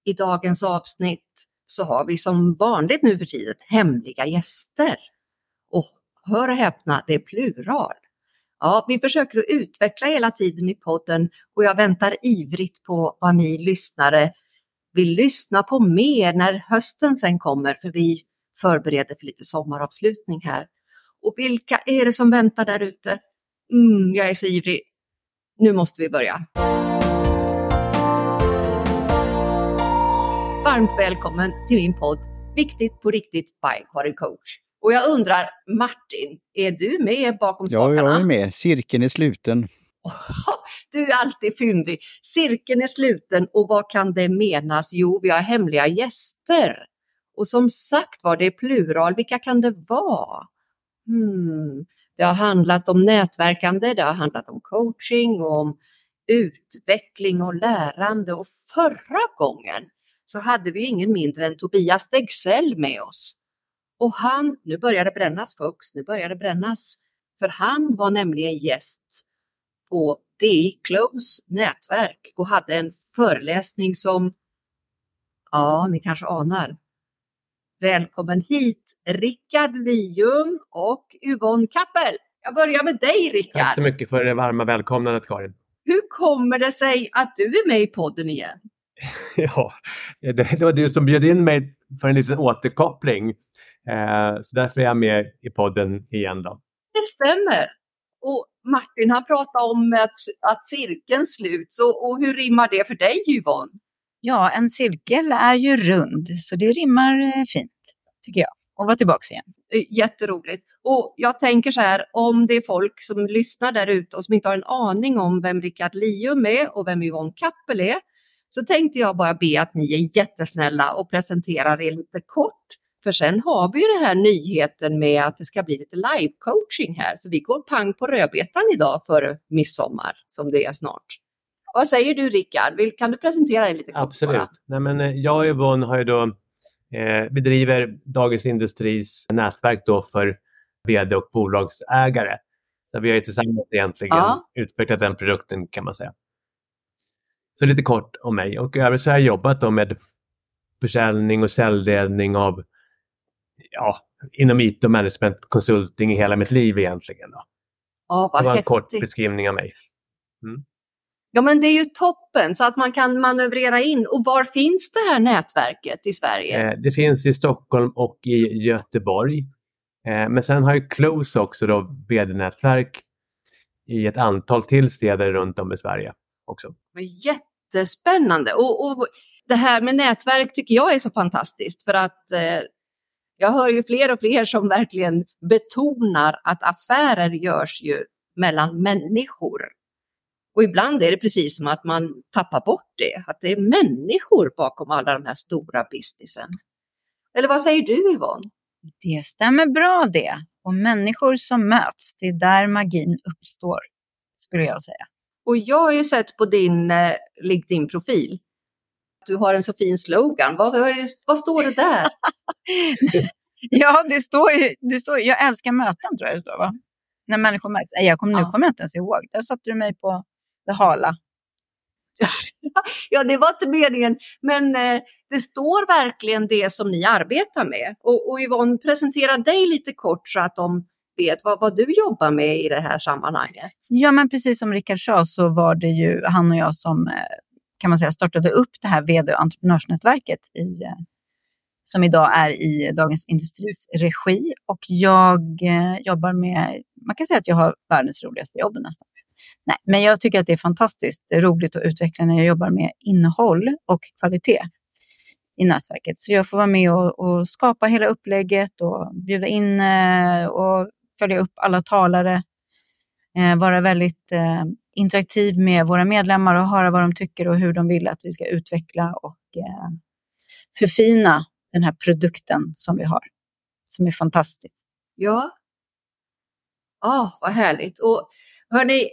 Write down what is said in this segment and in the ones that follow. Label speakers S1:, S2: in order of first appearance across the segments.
S1: I dagens avsnitt så har vi som vanligt nu för tiden hemliga gäster. Och hör och häpna, det är plural. Ja, vi försöker att utveckla hela tiden i podden och jag väntar ivrigt på vad ni lyssnare vill lyssna på mer när hösten sen kommer, för vi förbereder för lite sommaravslutning här. Och vilka är det som väntar där ute? Jag är så ivrig. Nu måste vi börja. Varmt välkommen till min podd Viktigt på riktigt by Karin Coach. Och jag undrar, Martin, är du med bakom spakarna?
S2: Ja, jag är med. Cirkeln är sluten.
S1: Du är alltid fyndig. Cirkeln är sluten och vad kan det menas? Jo, vi har hemliga gäster. Och som sagt var, det är plural. Vilka kan det vara? Det har handlat om nätverkande, det har handlat om coaching och om utveckling och lärande. Och förra gången så hade vi ingen mindre än Tobias Degsell med oss. Och nu börjar det brännas folks, nu börjar det brännas. För han var nämligen gäst på DI Close nätverk och hade en föreläsning som, ja, ni kanske anar. Välkommen hit Rickard Lium och Yvonne Kappel. Jag börjar med dig, Rickard.
S3: Tack så mycket för det varma välkomnandet, Karin.
S1: Hur kommer det sig att du är med i podden igen?
S3: Ja, det var du som bjöd in mig för en liten återkoppling. Så därför är jag med i podden igen då.
S1: Det stämmer. Och Martin har pratat om att cirkeln sluts. Och hur rimmar det för dig, Yvonne?
S4: Ja, en cirkel är ju rund, så det rimmar fint, tycker jag. Och vara tillbaka igen.
S1: Jätteroligt. Och jag tänker så här, om det är folk som lyssnar där ute och som inte har en aning om vem Rickard Lium är och vem Yvonne Kappel är, så tänkte jag bara be att ni är jättesnälla och presenterar er lite kort. För sen har vi ju den här nyheten med att det ska bli lite live-coaching här. Så vi går pang på rödbetan idag före midsommar, som det är snart. Vad säger du, Rickard? Kan du presentera dig lite kort?
S3: Absolut. Nej, men jag och Yvonne har ju då, bedriver Dagens Industris nätverk då för vd och bolagsägare. Så vi har ju tillsammans egentligen utvecklat den produkten, kan man säga. Så lite kort om mig. Och övrigt så har jag jobbat då med försäljning och säljledning av inom IT och management consulting i hela mitt liv egentligen då.
S1: Vad
S3: det var en
S1: häftigt.
S3: kort beskrivning av mig.
S1: Ja, men det är ju toppen så att man kan manövrera in. Och var finns det här nätverket i Sverige?
S3: Det finns i Stockholm och i Göteborg. Men sen har ju Close också då vd-nätverk i ett antal till städer runt om i Sverige också.
S1: Jättespännande. Och det här med nätverk tycker jag är så fantastiskt för att jag hör ju fler och fler som verkligen betonar att affärer görs ju mellan människor. Och ibland är det precis som att man tappar bort det. Att det är människor bakom alla de här stora businessen. Eller vad säger du, Yvonne?
S4: Det stämmer bra det. Och människor som möts, det är där magin uppstår, skulle jag säga.
S1: Och jag har ju sett på din LinkedIn-profil. Du har en så fin slogan. Vad står det där?
S4: Ja, det står jag älskar möten, tror jag det står, va? När människor möts. Nu kommer jag inte ens ihåg. Där satte du mig på det hala.
S1: Ja, det var inte meningen. Men det står verkligen det som ni arbetar med. Och Yvonne, presentera dig lite kort så att de vet vad du jobbar med i det här sammanhanget.
S4: Ja, men precis som Rickard sa så var det ju han och jag som kan man säga startade upp det här vd- och entreprenörsnätverket som idag är i Dagens Industris regi. Och jag jobbar med, man kan säga att jag har världens roligaste jobb nästan. Nej, men jag tycker att det är fantastiskt roligt att utveckla när jag jobbar med innehåll och kvalitet i nätverket. Så jag får vara med och skapa hela upplägget och bjuda in och följa upp alla talare. Vara väldigt interaktiv med våra medlemmar och höra vad de tycker och hur de vill att vi ska utveckla och förfina den här produkten som vi har. Som är fantastisk.
S1: Ja. Vad härligt. Och hörni,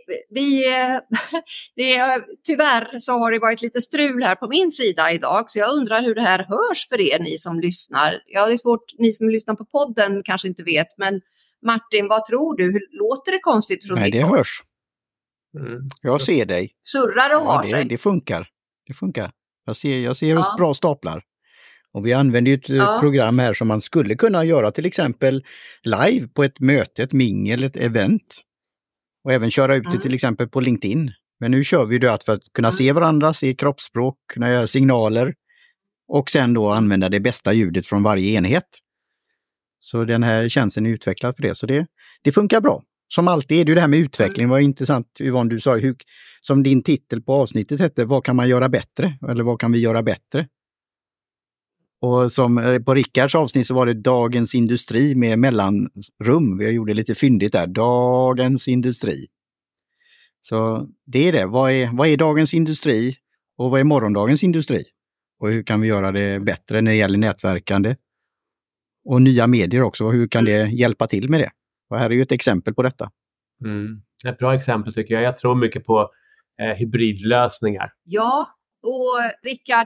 S1: tyvärr så har det varit lite strul här på min sida idag. Så jag undrar hur det här hörs för er, ni som lyssnar. Ja, det är svårt, ni som lyssnar på podden kanske inte vet. Men Martin, vad tror du? Låter det konstigt från ditt
S2: Nej, det
S1: håll?
S2: hörs. Jag ser dig.
S1: Surrar och har sig.
S2: Det funkar. Det funkar. Jag ser oss bra staplar. Och vi använder ju ett program här som man skulle kunna göra till exempel live på ett möte, ett mingel, ett event. Och även köra ut det till exempel på LinkedIn. Men nu kör vi det för att kunna se varandra, se kroppsspråk, kunna göra signaler. Och sen då använda det bästa ljudet från varje enhet. Så den här tjänsten är utvecklad för det. Så det funkar bra. Som alltid är det ju det här med utveckling. Vad intressant Yvonne, du sa som din titel på avsnittet hette, vad kan man göra bättre? Eller vad kan vi göra bättre? Och som på Rickards avsnitt så var det Dagens industri med mellanrum. Vi gjorde lite fyndigt där. Dagens industri. Så det är det. Vad är dagens industri och vad är morgondagens industri? Och hur kan vi göra det bättre när det gäller nätverkande? Och nya medier också. Hur kan det hjälpa till med det? Och här är ju ett exempel på detta.
S3: Ett bra exempel tycker jag. Jag tror mycket på hybridlösningar.
S1: Ja, och Rickard,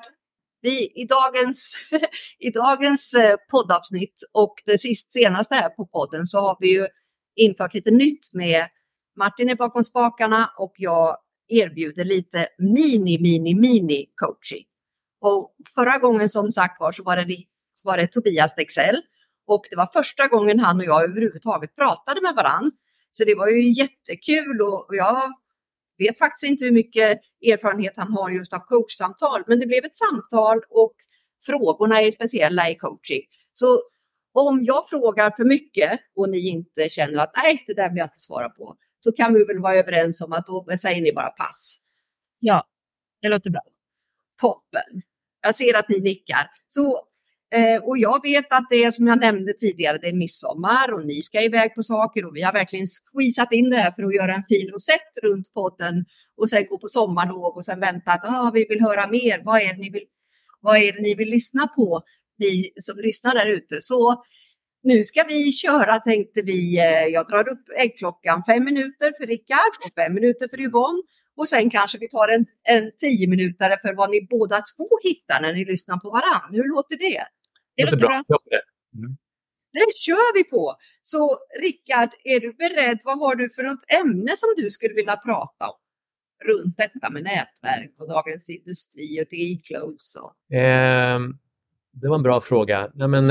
S1: i dagens poddavsnitt och det senaste här på podden så har vi ju infört lite nytt med Martin är bakom spakarna och jag erbjuder lite mini coaching. Och förra gången som sagt så var det Tobias Dexell och det var första gången han och jag överhuvudtaget pratade med varann. Så det var ju jättekul och jag vet faktiskt inte hur mycket erfarenhet han har just av coachsamtal, men det blev ett samtal och frågorna är speciella i coaching. Så om jag frågar för mycket och ni inte känner att nej, det där vill jag inte svara på, så kan vi väl vara överens om att då säger ni bara pass.
S4: Ja, det låter bra.
S1: Toppen. Jag ser att ni nickar. Så, och jag vet att det är som jag nämnde tidigare, det är midsommar och ni ska iväg på saker och vi har verkligen squeezat in det här för att göra en fin rosett runt podden och sen gå på sommarlov och sen vänta att vi vill höra mer. Vad är det ni vill lyssna på, ni som lyssnar där ute? Så nu ska vi köra, tänkte vi. Jag drar upp äggklockan 5 minuter för Rickard och 5 minuter för Yvonne. Och sen kanske vi tar en 10 minuter för vad ni båda två hittar när ni lyssnar på varandra. Hur låter det?
S3: Det låter bra.
S1: Det kör vi på. Så Rickard, är du beredd? Vad har du för något ämne som du skulle vilja prata om? Runt detta med nätverk och Dagens industri och e-clothes.
S3: Det var en bra fråga. Ja, men,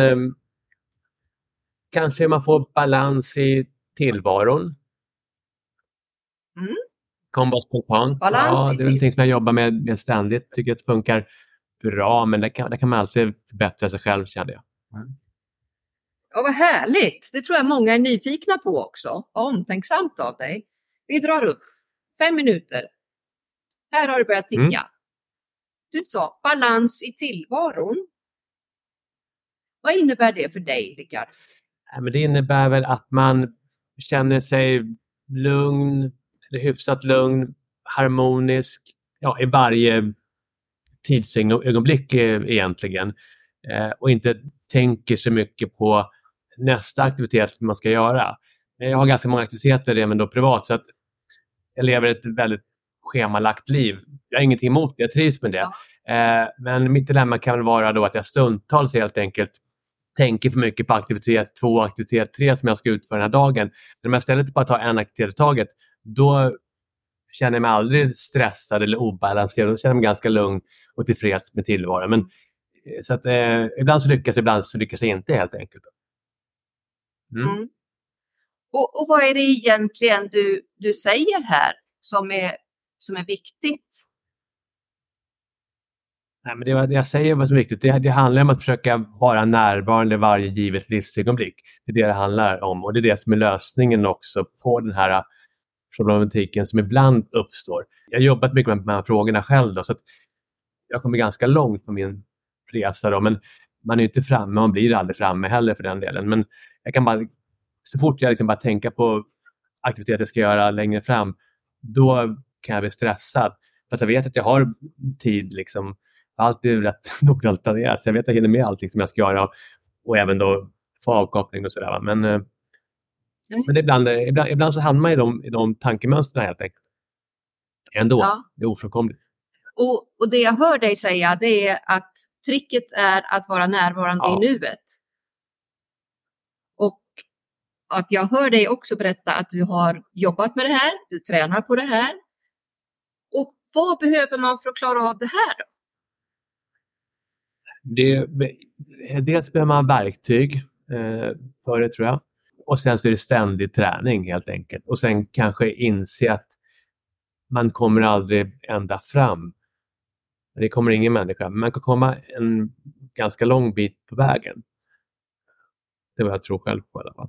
S3: kanske man får balans i tillvaron. Komma spontant.
S1: Balans
S3: det är någonting som jag jobbar med ständigt. Tycker att det funkar bra, men det kan man alltid förbättra sig själv, känner jag.
S1: Ja, vad härligt. Det tror jag många är nyfikna på också. Omtänksamt av dig. Vi drar upp 5 minuter. Här har det börjat ticka. Du sa balans i tillvaron. Vad innebär det för dig, Rickard?
S3: Men det innebär väl att man känner sig lugn, eller hyfsat lugn, harmonisk, i varje tidsögonblick egentligen. Och inte tänker så mycket på nästa aktivitet man ska göra. Jag har ganska många aktiviteter även då privat, så att jag lever ett väldigt schemalagt liv. Jag har ingenting emot det, jag trivs med det. Men mitt dilemma kan väl vara då att jag stundtals helt enkelt tänker för mycket på aktivitet 2, aktivitet 3 som jag ska utföra den här dagen. Men om jag istället bara tar en aktivitet i taget, då känner jag mig aldrig stressad eller obalanserad. Då känner jag mig ganska lugn och tillfreds med tillvaron. Men, så att, ibland så lyckas jag inte helt enkelt.
S1: Och vad är det egentligen du säger här som är viktigt?
S3: Nej, men det jag säger vad som är viktigt, det handlar om att försöka vara närvarande varje givet livsögonblick. Det är det handlar om, och det är det som är lösningen också på den här problematiken som ibland uppstår. Jag har jobbat mycket med de här frågorna själv då, så att jag kommer ganska långt på min resa då, men man är inte framme, man blir aldrig framme heller för den delen. Men jag kan bara, så fort jag liksom bara tänker på aktiviteter jag ska göra längre fram, då kan jag bli stressad. Fast jag vet att jag har tid liksom. Allt är rätt noggrant planerat, så jag vet att jag hinner med allting som jag ska göra och även då få avkoppling och sådär. Men ibland så hamnar man i de tankemönstren helt enkelt. Ändå, det är ofrånkomligt.
S1: Och det jag hör dig säga, det är att tricket är att vara närvarande i nuet. Och att jag hör dig också berätta att du har jobbat med det här, du tränar på det här. Och vad behöver man för att klara av det här då?
S3: Dels behöver man verktyg för det, tror jag. Och sen så är det ständig träning helt enkelt. Och sen kanske inse att man kommer aldrig ända fram. Det kommer ingen människa. Men man kan komma en ganska lång bit på vägen. Det var jag tror själv på i alla fall.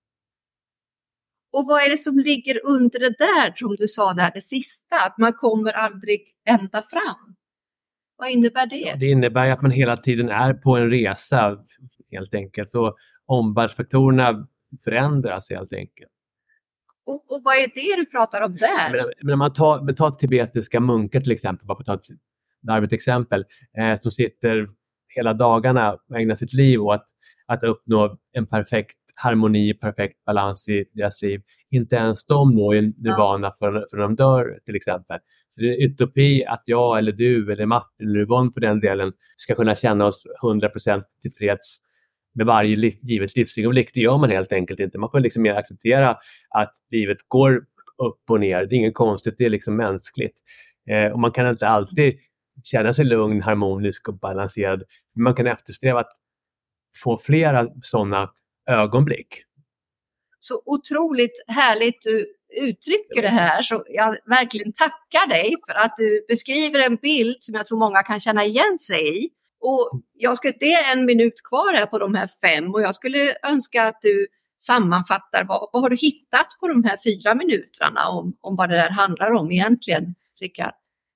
S1: Och vad är det som ligger under det där, som du sa där, det sista? Att man kommer aldrig ända fram. Vad innebär det?
S3: Det innebär att man hela tiden är på en resa helt enkelt. Och omvärldsfaktorerna förändras helt enkelt.
S1: Och vad är det du pratar om där?
S3: Men om man tar tibetiska munkar till exempel, bara för att ta ett larvigt exempel, som sitter hela dagarna och ägnar sitt liv åt att uppnå en perfekt harmoni, perfekt balans i deras liv. Inte ens de når ju nirvana för de dör till exempel. Så det är utopi att jag eller du eller Martin eller Yvonne för den delen ska kunna känna oss 100% tillfreds med varje givet livsögonblick. Det gör man helt enkelt inte. Man får liksom mer acceptera att livet går upp och ner. Det är inget konstigt, det är liksom mänskligt. Och man kan inte alltid känna sig lugn, harmonisk och balanserad. Men man kan eftersträva att få flera sådana ögonblick.
S1: Så otroligt härligt du uttrycker det här, så jag verkligen tackar dig för att du beskriver en bild som jag tror många kan känna igen sig i. Och det är 1 minut kvar här på de här 5 och jag skulle önska att du sammanfattar vad har du hittat på de här 4 minuterna om vad det där handlar om egentligen, Rickard?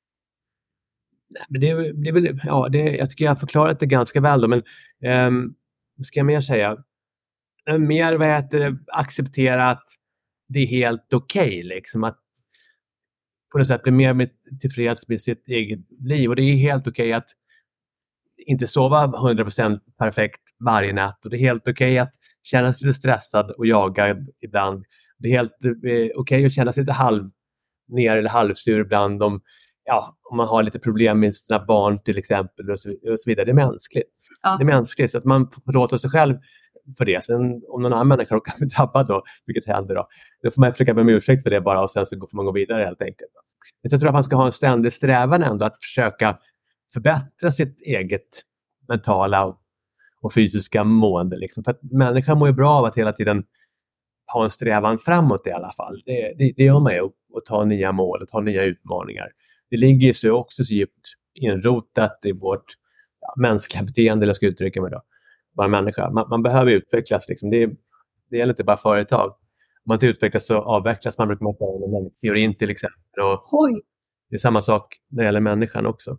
S3: Men jag tycker jag har förklarat det ganska väl då, men vad ska jag mer säga? Mer acceptera att det är helt okej, liksom att på något sätt bli mer tillfreds med sitt eget liv, och det är helt okej att inte sova 100% perfekt varje natt, och det är helt okej att känna sig lite stressad och jaga ibland. Det är helt okej att känna sig lite halv ner eller halvsur ibland om man har lite problem med sina barn till exempel och så vidare. Det är mänskligt. Ja. Det är mänskligt, så att man får låta sig själv för det. Sen om någon annan människa kan bli drabbad då, vilket händer då får man försöka be om ursäkt för det bara, och sen så får man gå vidare helt enkelt. Men jag tror att man ska ha en ständig strävan ändå att försöka förbättra sitt eget mentala och fysiska mående. Liksom. För att människan mår ju bra av att hela tiden ha en strävan framåt i alla fall. Det gör man ju, att ta nya mål och ta nya utmaningar. Det ligger ju så också så djupt inrotat i vårt mänskliga beteende, eller jag ska uttrycka mig då. Bara människa. Man behöver utvecklas. Liksom. Det gäller inte bara företag. Om man inte utvecklas så avvecklas man, brukar man säga, med teorin till exempel. Och det är samma sak när det gäller människan också.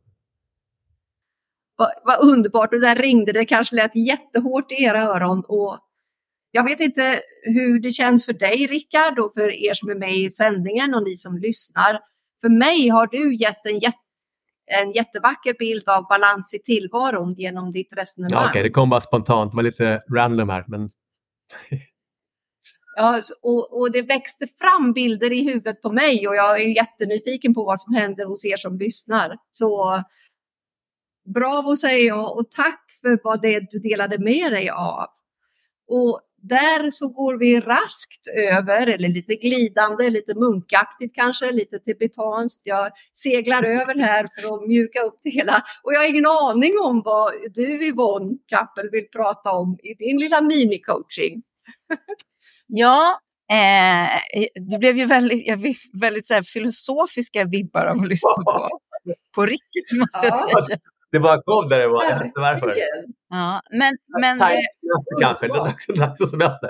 S1: Vad underbart, och där ringde det, kanske lät jättehårt i era öron, och jag vet inte hur det känns för dig, Rickard, och för er som är med i sändningen och ni som lyssnar. För mig har du gett en jättevacker bild av balans i tillvaron genom ditt resonemang.
S3: Ja, okej, det kom bara spontant, det var lite random här, men
S1: ja, och det växte fram bilder i huvudet på mig, och jag är jättenyfiken på vad som händer hos er som lyssnar. Så bravo säger jag, och tack för vad det du delade med dig av. Och där så går vi raskt över, eller lite glidande, lite munkaktigt kanske, lite tibetanskt. Jag seglar över här för att mjuka upp det hela. Och jag har ingen aning om vad du, Yvonne Kappel, vill prata om i din lilla mini-coaching.
S4: Ja, det blev ju väldigt så här filosofiska vibbar av att lyssna på Rickard, måste jag säga.
S3: Det bara kom där det var. Jag vet inte varför.
S4: Ja, men
S3: kanske, det är också semester.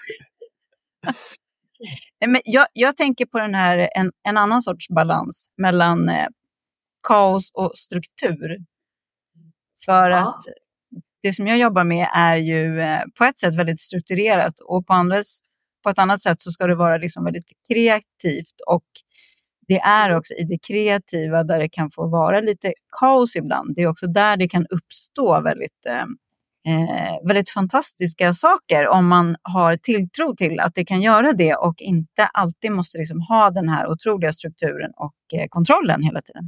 S4: Men jag tänker på den här en annan sorts balans mellan kaos och struktur. För att det som jag jobbar med är ju på ett sätt väldigt strukturerat, och på ett annat sätt så ska det vara liksom väldigt kreativt, och det är också i det kreativa där det kan få vara lite kaos ibland. Det är också där det kan uppstå väldigt fantastiska saker, om man har tilltro till att det kan göra det och inte alltid måste liksom ha den här otroliga strukturen och kontrollen hela tiden.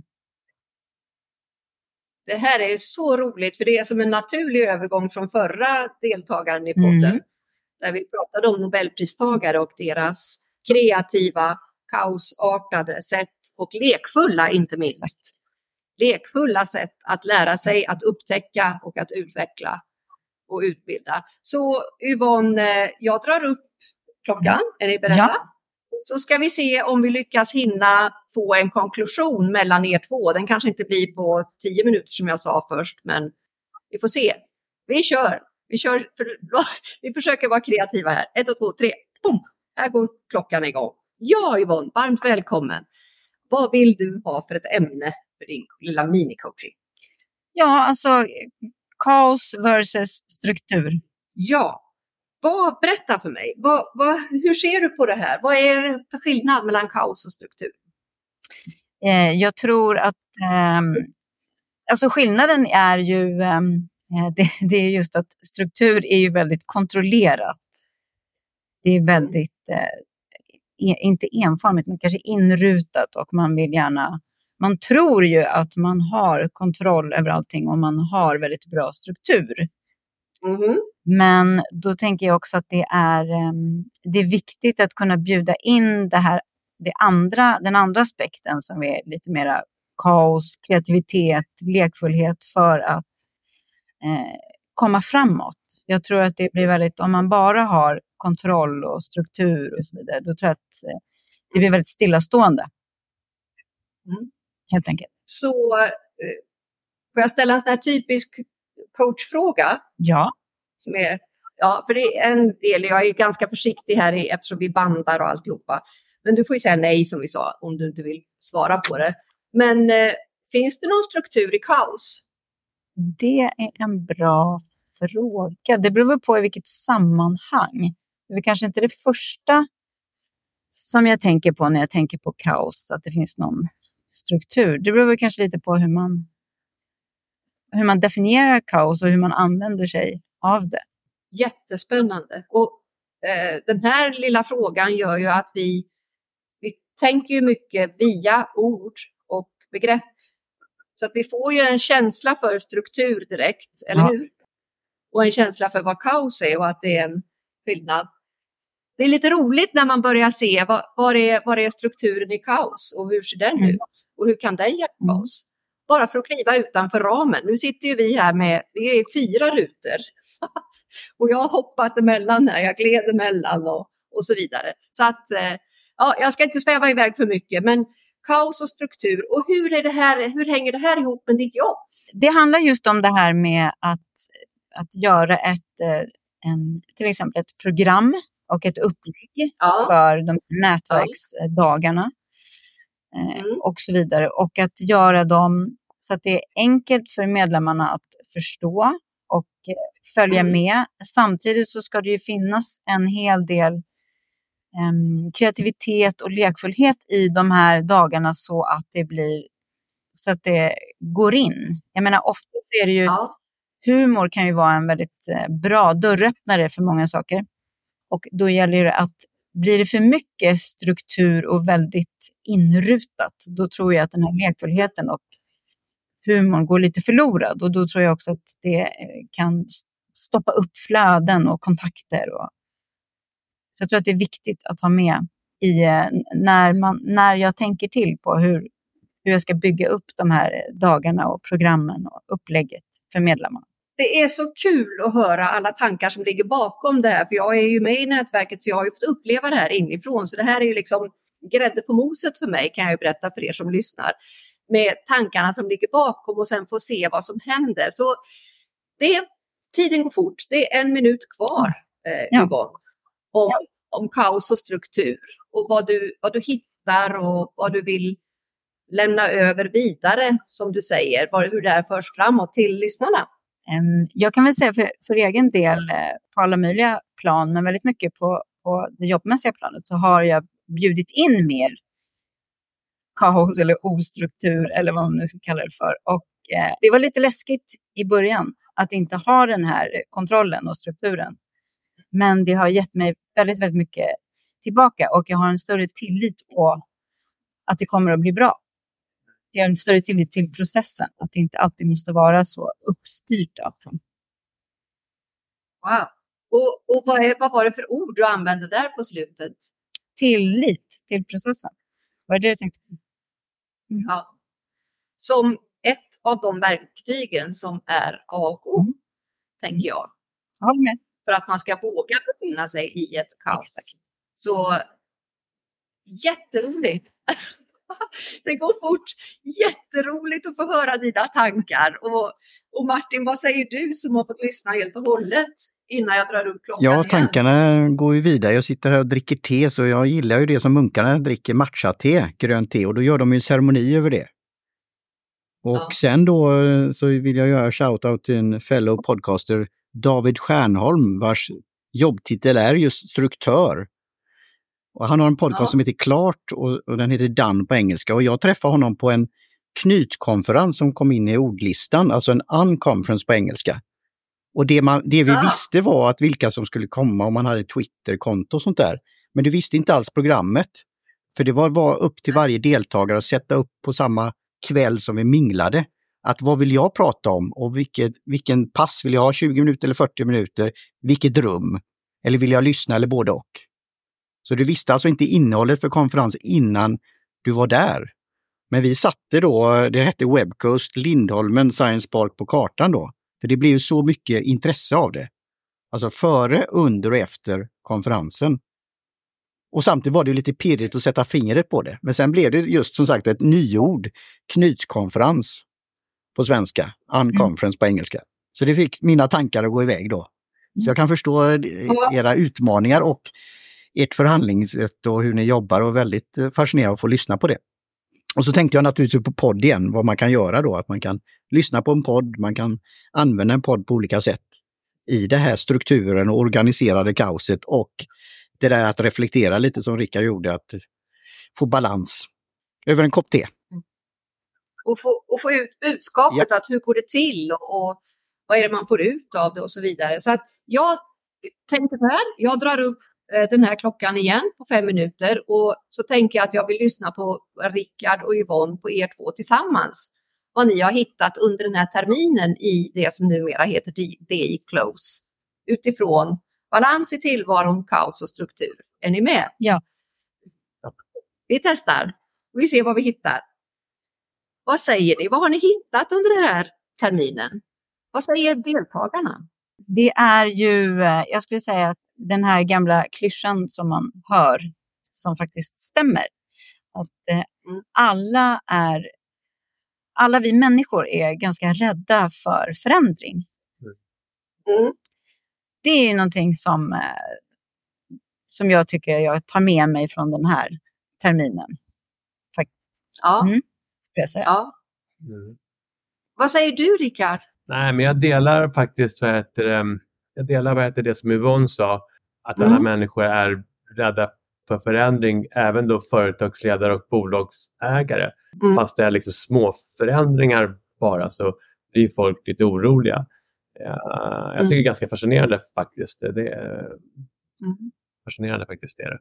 S1: Det här är så roligt, för det är som en naturlig övergång från förra deltagaren i podden. Där vi pratade om Nobelpristagare och deras kreativa, kaosartade sätt, och lekfulla inte minst. lekfulla sätt att lära sig, att upptäcka och att utveckla och utbilda. Så Yvonne, jag drar upp klockan. Är ni beredda?
S4: Ja.
S1: Så ska vi se om vi lyckas hinna få en konklusion mellan er två. Den kanske inte blir på 10 minuter som jag sa först, men vi får se. Vi kör, vi försöker vara kreativa här. 1, 2, 3, boom! Här går klockan igång. Ja Yvonne, varmt välkommen. Vad vill du ha för ett ämne för din lilla mini-coaching?
S4: Ja, alltså kaos versus struktur.
S1: Ja, berätta för mig. Hur ser du på det här? Vad är det för skillnad mellan kaos och struktur?
S4: Jag tror att alltså skillnaden är ju det är just att struktur är ju väldigt kontrollerat. Det är väldigt inte enformigt, men kanske inrutat, och man tror ju att man har kontroll över allting och man har väldigt bra struktur.
S1: Mm-hmm.
S4: Men då tänker jag också att det är viktigt att kunna bjuda in den andra aspekten som är lite mera kaos, kreativitet, lekfullhet för att komma framåt. Jag tror att det blir väldigt, om man bara har kontroll och struktur och så vidare, då tror jag att det blir väldigt stillastående. Helt enkelt.
S1: Så får jag ställa en sån här typisk coachfråga?
S4: Ja.
S1: För det är en del, jag är ganska försiktig här eftersom vi bandar och alltihopa. Men du får ju säga nej som vi sa om du inte vill svara på det. Men finns det någon struktur i kaos?
S4: Det är en bra fråga. Det beror på i vilket sammanhang. Det är kanske inte det första som jag tänker på när jag tänker på kaos, att det finns någon struktur. Det beror kanske lite på hur man definierar kaos och hur man använder sig av det.
S1: Jättespännande. Och den här lilla frågan gör ju att vi tänker ju mycket via ord och begrepp. Så att vi får ju en känsla för struktur direkt, eller hur? Och en känsla för vad kaos är och att det är en skillnad. Det är lite roligt när man börjar se vad är strukturen i kaos och hur ser den ut? Och hur kan den hjälpa oss? Bara för att kliva utanför ramen. Nu sitter ju vi här vi är 4 rutor. Och jag har hoppat emellan här, jag gled emellan och så vidare. Så att, jag ska inte sväva iväg för mycket, men kaos och struktur. Och hur hänger det här ihop med ditt jobb?
S4: Det handlar just om det här med att göra till exempel ett program och ett upplägg för de nätverksdagarna och så vidare. Och att göra dem så att det är enkelt för medlemmarna att förstå och följa med. Samtidigt så ska det ju finnas en hel del kreativitet och lekfullhet i de här dagarna så att det går in. Jag menar, ofta så är det ju humor kan ju vara en väldigt bra dörröppnare för många saker. Och då gäller det att blir det för mycket struktur och väldigt inrutat, då tror jag att den här lekfullheten och humorn går lite förlorad. Och då tror jag också att det kan stoppa upp flöden och kontakter. Så jag tror att det är viktigt att ha med när jag tänker till på hur jag ska bygga upp de här dagarna och programmen och upplägget för medlemmarna.
S1: Det är så kul att höra alla tankar som ligger bakom det här. För jag är ju med i nätverket så jag har ju fått uppleva det här inifrån. Så det här är ju liksom grädde på moset för mig, kan jag ju berätta för er som lyssnar. Med tankarna som ligger bakom och sen få se vad som händer. Så tiden går fort. Det är 1 minut kvar, Yvonne, om kaos och struktur. Och vad du hittar och vad du vill lämna över vidare, som du säger. Hur det här förs framåt till lyssnarna.
S4: Jag kan väl säga för egen del på alla möjliga plan, men väldigt mycket på det jobbmässiga planet, så har jag bjudit in mer kaos eller ostruktur eller vad man nu ska kalla det för. Och det var lite läskigt i början att inte ha den här kontrollen och strukturen. Men det har gett mig väldigt, väldigt mycket tillbaka och jag har en större tillit på att det kommer att bli bra. Jag har en större tillit till processen, att det inte alltid måste vara så uppstyrt av dem.
S1: Wow. Och vad var det för ord du använde där på slutet?
S4: Tillit till processen. Vad är det du tänkte på?
S1: Ja. Som av de verktygen som är A och O, tänker jag.
S4: Jag håller med.
S1: För att man ska våga befinna sig i ett kaos. Så jätteroligt. Det går fort. Jätteroligt att få höra dina tankar. Och Martin, vad säger du som har fått lyssna helt och hållet innan jag drar upp klockan igen?
S2: Tankarna går ju vidare. Jag sitter här och dricker te, så jag gillar ju det som munkarna dricker, matcha-te, grönt te. Och då gör de ju en ceremoni över det. Och sen då så vill jag göra shoutout till en fellow podcaster, David Stjernholm, vars jobbtitel är just struktör. Och han har en podcast som heter Klart och den heter Done på engelska. Och jag träffade honom på en knytkonferens som kom in i ordlistan, alltså en unconference på engelska. Och det vi visste var att vilka som skulle komma om man hade Twitter-konto och sånt där. Men du visste inte alls programmet. För det var upp till varje deltagare att sätta upp på samma kväll som vi minglade. Att vad vill jag prata om och vilken pass vill jag ha, 20 minuter eller 40 minuter, vilket rum, eller vill jag lyssna eller både och. Så du visste alltså inte innehållet för konferensen innan du var där. Men vi satte då, det hette Webcoast Lindholmen Science Park på kartan då. För det blev ju så mycket intresse av det. Alltså före, under och efter konferensen. Och samtidigt var det lite pirrigt att sätta fingret på det. Men sen blev det just som sagt ett nyord, knytkonferens på svenska, unconference på engelska. Så det fick mina tankar att gå iväg då. Så jag kan förstå era utmaningar och ert förhandlingssätt och hur ni jobbar, och väldigt fascinerad att få lyssna på det. Och så tänkte jag naturligtvis på podd igen, vad man kan göra då. Att man kan lyssna på en podd, man kan använda en podd på olika sätt i det här strukturen och organiserade kaoset, och det där att reflektera lite som Rickard gjorde, att få balans över en kopp te.
S1: Och få ut budskapet, att hur går det till och vad är det man får ut av det och så vidare. Så att jag tänker så här, jag drar upp den här klockan igen på 5 minuter och så tänker jag att jag vill lyssna på Rickard och Yvonne, på er två tillsammans. Vad ni har hittat under den här terminen i det som numera heter DI Close. Utifrån balans i tillvaron, kaos och struktur. Är ni med?
S4: Ja.
S1: Vi testar. Vi ser vad vi hittar. Vad säger ni? Vad har ni hittat under den här terminen? Vad säger deltagarna?
S4: Det är ju, jag skulle säga att den här gamla klyschan som man hör, som faktiskt stämmer. Att alla vi människor är ganska rädda för förändring. Det är ju någonting som jag tycker jag tar med mig från den här terminen. Faktiskt.
S1: Ja.
S4: Ska jag säga.
S1: Ja. Vad säger du, Rickard?
S3: Nej, men jag delar faktiskt det som Yvonne sa, att alla människor är rädda för förändring, även då företagsledare och bolagsägare. Fast det är liksom små förändringar bara, så blir folk lite oroliga. Jag tycker det är ganska fascinerande faktiskt. Det är fascinerande faktiskt. Det är det.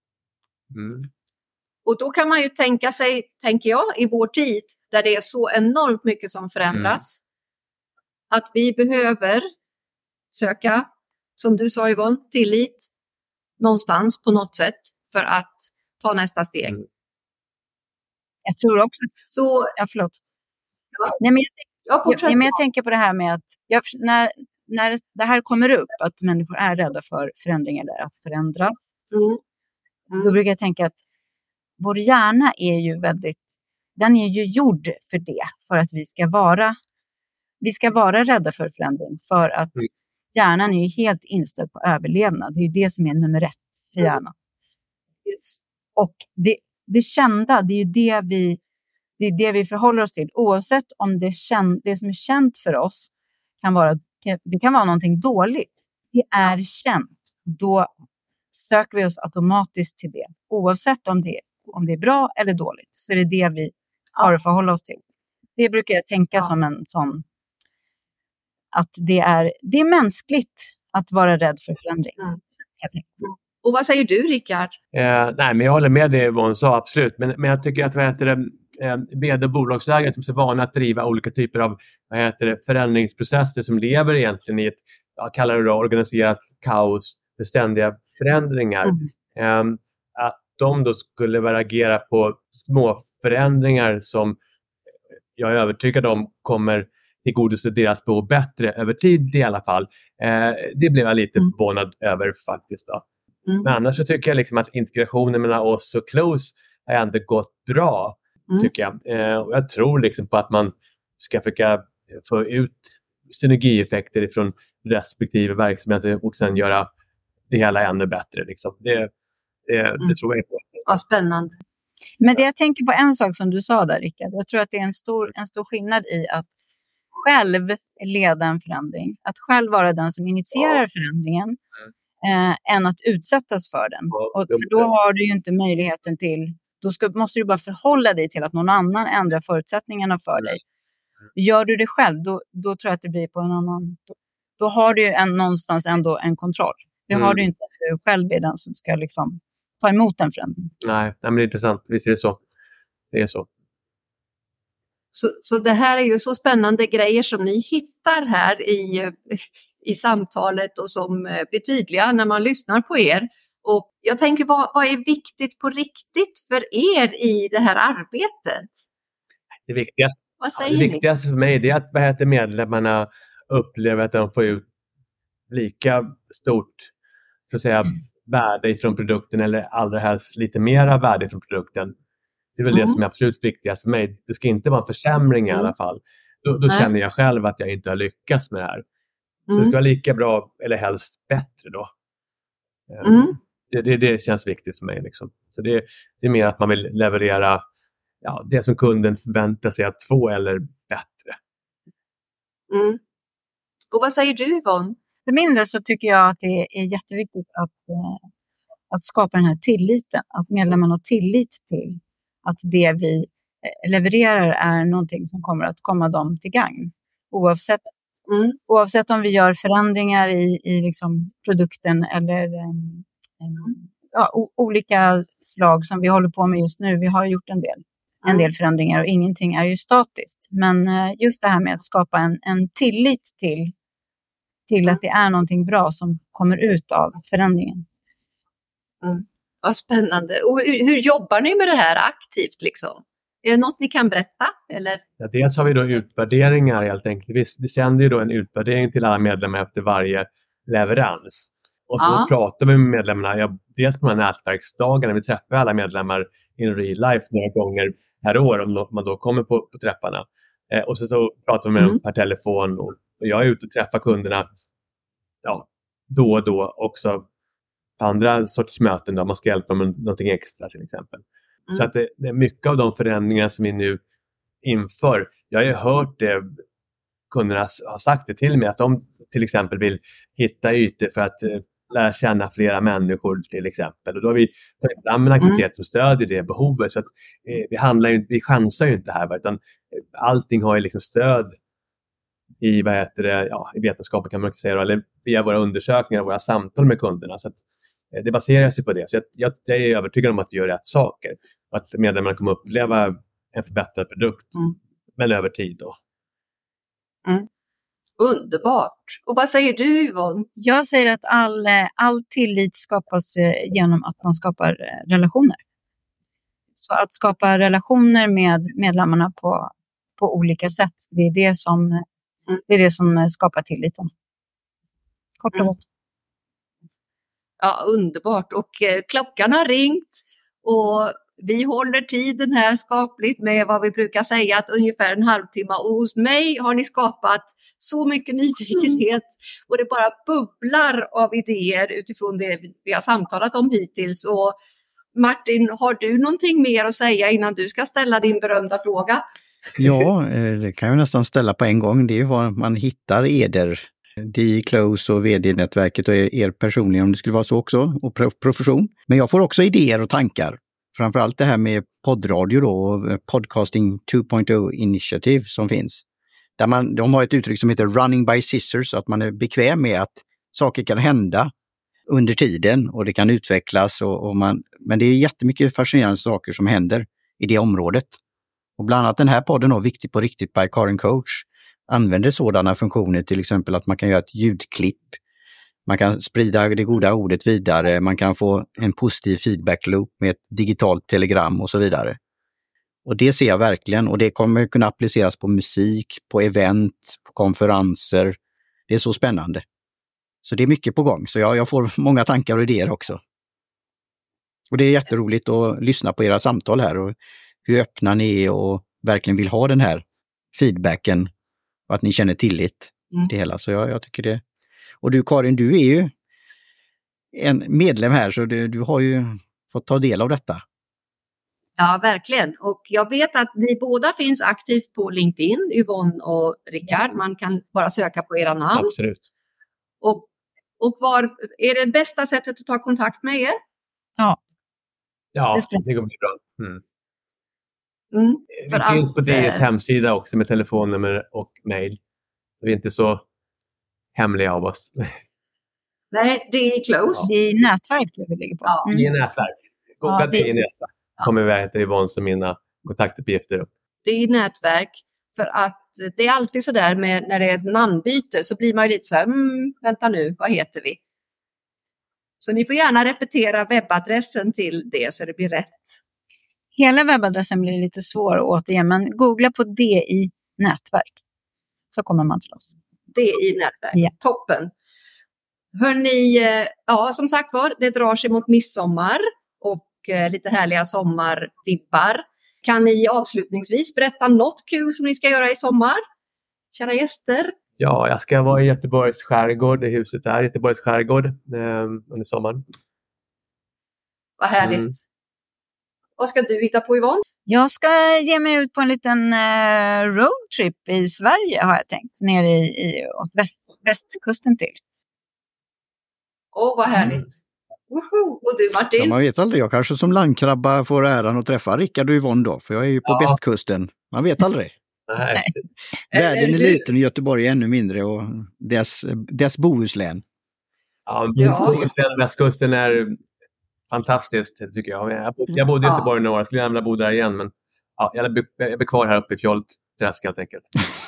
S1: Och då kan man ju tänka sig, tänker jag, i vår tid där det är så enormt mycket som förändras, att vi behöver söka, som du sa Yvonne, tillit någonstans på något sätt för att ta nästa steg.
S4: Jag tror också så. Ja, förlåt.
S1: Ja.
S4: Nej, men jag tänker på det här med att när det här kommer upp, att människor är rädda för förändringar eller att förändras. Då brukar jag tänka att vår hjärna är ju den är ju gjord för det, för att vi ska vara rädda för förändring, för att hjärnan är ju helt inställd på överlevnad. Det är ju det som är nummer 1 för hjärnan. Och det kända, det är ju det vi förhåller oss till. Oavsett om det som är känt för oss kan vara någonting dåligt. Det är känt. Då söker vi oss automatiskt till det. Oavsett om det är bra eller dåligt, så är det det vi har att förhålla oss till. Det brukar jag tänka som en sån, att det är mänskligt att vara rädd för förändring.
S1: Och vad säger du, Rickard?
S3: Nej, men jag håller med det Yvonne sa, absolut. Men jag tycker att vd och bolagsägare som är vana att driva olika typer av förändringsprocesser som lever egentligen i ett, kallar det då, organiserat kaos, beständiga förändringar. Att de då skulle agera på små förändringar som jag är övertygad om kommer tillgodose deras behov bättre över tid i alla fall. Det blev jag lite förvånad över faktiskt då. Men annars så tycker jag liksom att integrationen mellan oss och Close har ändå gått bra, tycker jag. Och jag tror liksom på att man ska försöka få ut synergieffekter ifrån respektive verksamheter och sen göra det hela ännu bättre. Liksom. Det tror jag på.
S1: Ja, spännande.
S4: Men det jag tänker på en sak som du sa där, Rickard. Jag tror att det är en stor skillnad i att själv leda en förändring. Att själv vara den som initierar förändringen än att utsättas för den. Och för då har du ju inte möjligheten till... måste du bara förhålla dig till att någon annan ändrar förutsättningarna för dig. Gör du det själv, då tror jag att det blir på en annan... Då har du ju någonstans ändå en kontroll. Det har du inte själv är den som ska liksom ta emot den förändringen.
S3: Nej, men det är intressant. Visst är det så. Det är så.
S1: Så det här är ju så spännande grejer som ni hittar här i samtalet och som blir tydliga när man lyssnar på er. Och jag tänker, vad är viktigt på riktigt för er i det här arbetet?
S3: Det viktigaste för mig är att medlemmarna upplever att de får ut lika stort, så att säga, värde från produkten, eller allra helst lite mera värde från produkten. Det är väl det som är absolut viktigast för mig. Det ska inte vara en försämring i alla fall. Då känner jag själv att jag inte har lyckats med det här. Så det ska vara lika bra eller helst bättre då. Det känns viktigt för mig. Liksom. Så det är mer att man vill leverera det som kunden förväntar sig att få eller bättre.
S1: Och vad säger du, Yvonne?
S4: För min del så tycker jag att det är jätteviktigt att skapa den här tilliten. Att medlemmarna har tillit till att det vi levererar är någonting som kommer att komma dem till gagn. Oavsett om vi gör förändringar i liksom produkten eller olika slag som vi håller på med just nu. Vi har gjort en del förändringar och ingenting är ju statiskt. Men just det här med att skapa en tillit till att det är någonting bra som kommer ut av förändringen.
S1: Vad spännande. Och hur jobbar ni med det här aktivt liksom? Är det något ni kan berätta? Eller?
S3: Ja, dels har vi då utvärderingar helt enkelt. Vi sänder ju då en utvärdering till alla medlemmar efter varje leverans. Och så pratar vi med medlemmarna, dels på de här nätverksdagarna. Vi träffar alla medlemmar in real life några gånger per år om man då kommer på träffarna. Och så pratar vi med dem per telefon. Och jag är ute och träffar kunderna då och då också på andra sorts möten där man ska hjälpa med någonting extra till exempel. Så att det är mycket av de förändringar som vi nu inför. Jag har ju hört det, kunderna har sagt det till mig, att de till exempel vill hitta ytor för att lära känna flera människor till exempel. Och då har vi tagit fram en aktivitet som stödjer det behovet. Så att vi chansar ju inte här, utan allting har ju liksom stöd i i vetenskapen kan man också säga, eller via våra undersökningar och våra samtal med kunderna. Så att det baserar sig på det. Så jag är övertygad om att vi gör rätt saker. Och att medlemmarna kommer uppleva en förbättrad produkt. Men över tid då.
S1: Underbart. Och vad säger du, Yvonne?
S4: Jag säger att all tillit skapas genom att man skapar relationer. Så att skapa relationer med medlemmarna på olika sätt. Det är det som skapar tilliten. Kort och gott.
S1: Ja, underbart. Och klockan har ringt och vi håller tiden här skapligt med vad vi brukar säga att ungefär en halvtimme. Och hos mig har ni skapat så mycket nyfikenhet och det bara bubblar av idéer utifrån det vi har samtalat om hittills. Och Martin, har du någonting mer att säga innan du ska ställa din berömda fråga?
S2: Ja, det kan jag nästan ställa på en gång. Det är ju var man hittar eder. Close och vd-nätverket och er personligen, om det skulle vara så också, och profession. Men jag får också idéer och tankar. Framförallt det här med poddradio då, och Podcasting 2.0 Initiative som finns. Där de har ett uttryck som heter running by scissors, så att man är bekväm med att saker kan hända under tiden och det kan utvecklas. Men det är jättemycket fascinerande saker som händer i det området. Och bland annat den här podden då, Viktigt på riktigt by Karin Coach, använder sådana funktioner, till exempel att man kan göra ett ljudklipp, man kan sprida det goda ordet vidare, man kan få en positiv feedback loop med ett digitalt telegram och så vidare. Och det ser jag verkligen, och det kommer kunna appliceras på musik, på event, på konferenser. Det är så spännande. Så det är mycket på gång, så jag får många tankar och idéer också. Och det är jätteroligt att lyssna på era samtal här och hur öppna ni är och verkligen vill ha den här feedbacken och att ni känner tillit till hela. Så jag tycker det. Och du Karin, du är ju en medlem här, så du har ju fått ta del av detta.
S1: Ja, verkligen. Och jag vet att ni båda finns aktivt på LinkedIn, Yvonne och Rickard. Man kan bara söka på era namn.
S3: Absolut.
S1: Och var är det bästa sättet att ta kontakt med er?
S4: Ja,
S3: det kommer bli bra.
S1: Vi
S3: finns på DIs hemsida också med telefonnummer och mejl. Vi är inte så hemliga av oss.
S1: Nej, det är close.
S4: Det är nätverk vi ligger på.
S1: Ja.
S3: Det är nätverk. Googla det i nätverk. Kommer vi heter Yvonne som mina kontaktuppgifter upp.
S1: Det är nätverk, för att det är alltid så där med när det är ett namnbyte så blir man ju lite så här, vänta nu, vad heter vi? Så ni får gärna repetera webbadressen till det så det blir rätt.
S4: Hela webbadressen blir lite svår att återge, men googla på DI nätverk så kommer man till oss.
S1: DI nätverk,
S4: ja.
S1: Toppen. Hörrni, ja som sagt var, det drar sig mot midsommar och lite härliga sommarvibbar. Kan ni avslutningsvis berätta något kul som ni ska göra i sommar? Kära gäster.
S3: Ja, jag ska vara i Göteborgs skärgård, i huset där, Göteborgs skärgård under sommaren.
S1: Vad härligt. Vad ska du hitta på, Yvonne?
S4: Jag ska ge mig ut på en liten roadtrip i Sverige har jag tänkt. Nere åt västkusten till.
S1: Åh, vad härligt. Och du Martin?
S2: Ja, man vet aldrig, jag kanske som landkrabba får äran att träffa Rickard och Yvonne då, för jag är ju på västkusten. Man vet aldrig.
S3: Nej.
S2: Världen är liten och Göteborg är ännu mindre och dess Bohuslän.
S3: Ja, Bohuslän och västkusten är fantastiskt tycker jag. Jag bodde i Göteborg några år, jag skulle gärna bo där igen, men jag blir kvar här uppe i Fjollträsk helt enkelt.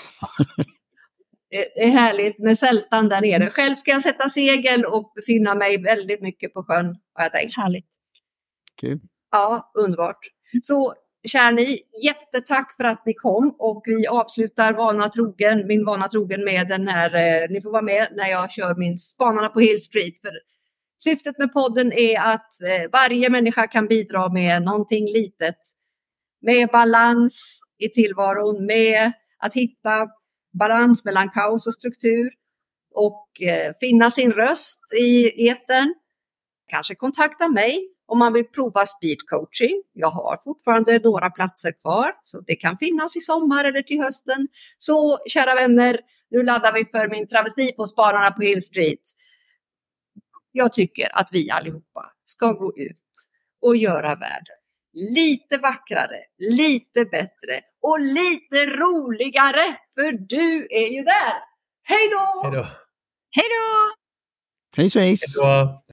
S1: Det är härligt med sältan där nere. Själv ska jag sätta segel och befinna mig väldigt mycket på sjön, har jag tänkt.
S4: Härligt.
S2: Kul.
S1: Ja, underbart. Så kära ni, jättetack för att ni kom och vi avslutar min vana trogen med den här, ni får vara med när jag kör min Spanarna på Hill Street. För syftet med podden är att varje människa kan bidra med någonting litet. Med balans i tillvaron, med att hitta balans mellan kaos och struktur och finna sin röst i etern. Kanske kontakta mig om man vill prova speed coaching. Jag har fortfarande några platser kvar så det kan finnas i sommar eller till hösten. Så kära vänner, nu laddar vi för min travesti på Spanarna på Hill Street. Jag tycker att vi allihopa ska gå ut och göra världen lite vackrare, lite bättre och lite roligare, för du är ju där. Hej då!
S3: Hej då!
S4: Hej då!
S2: Hej svejs!
S3: Hej då!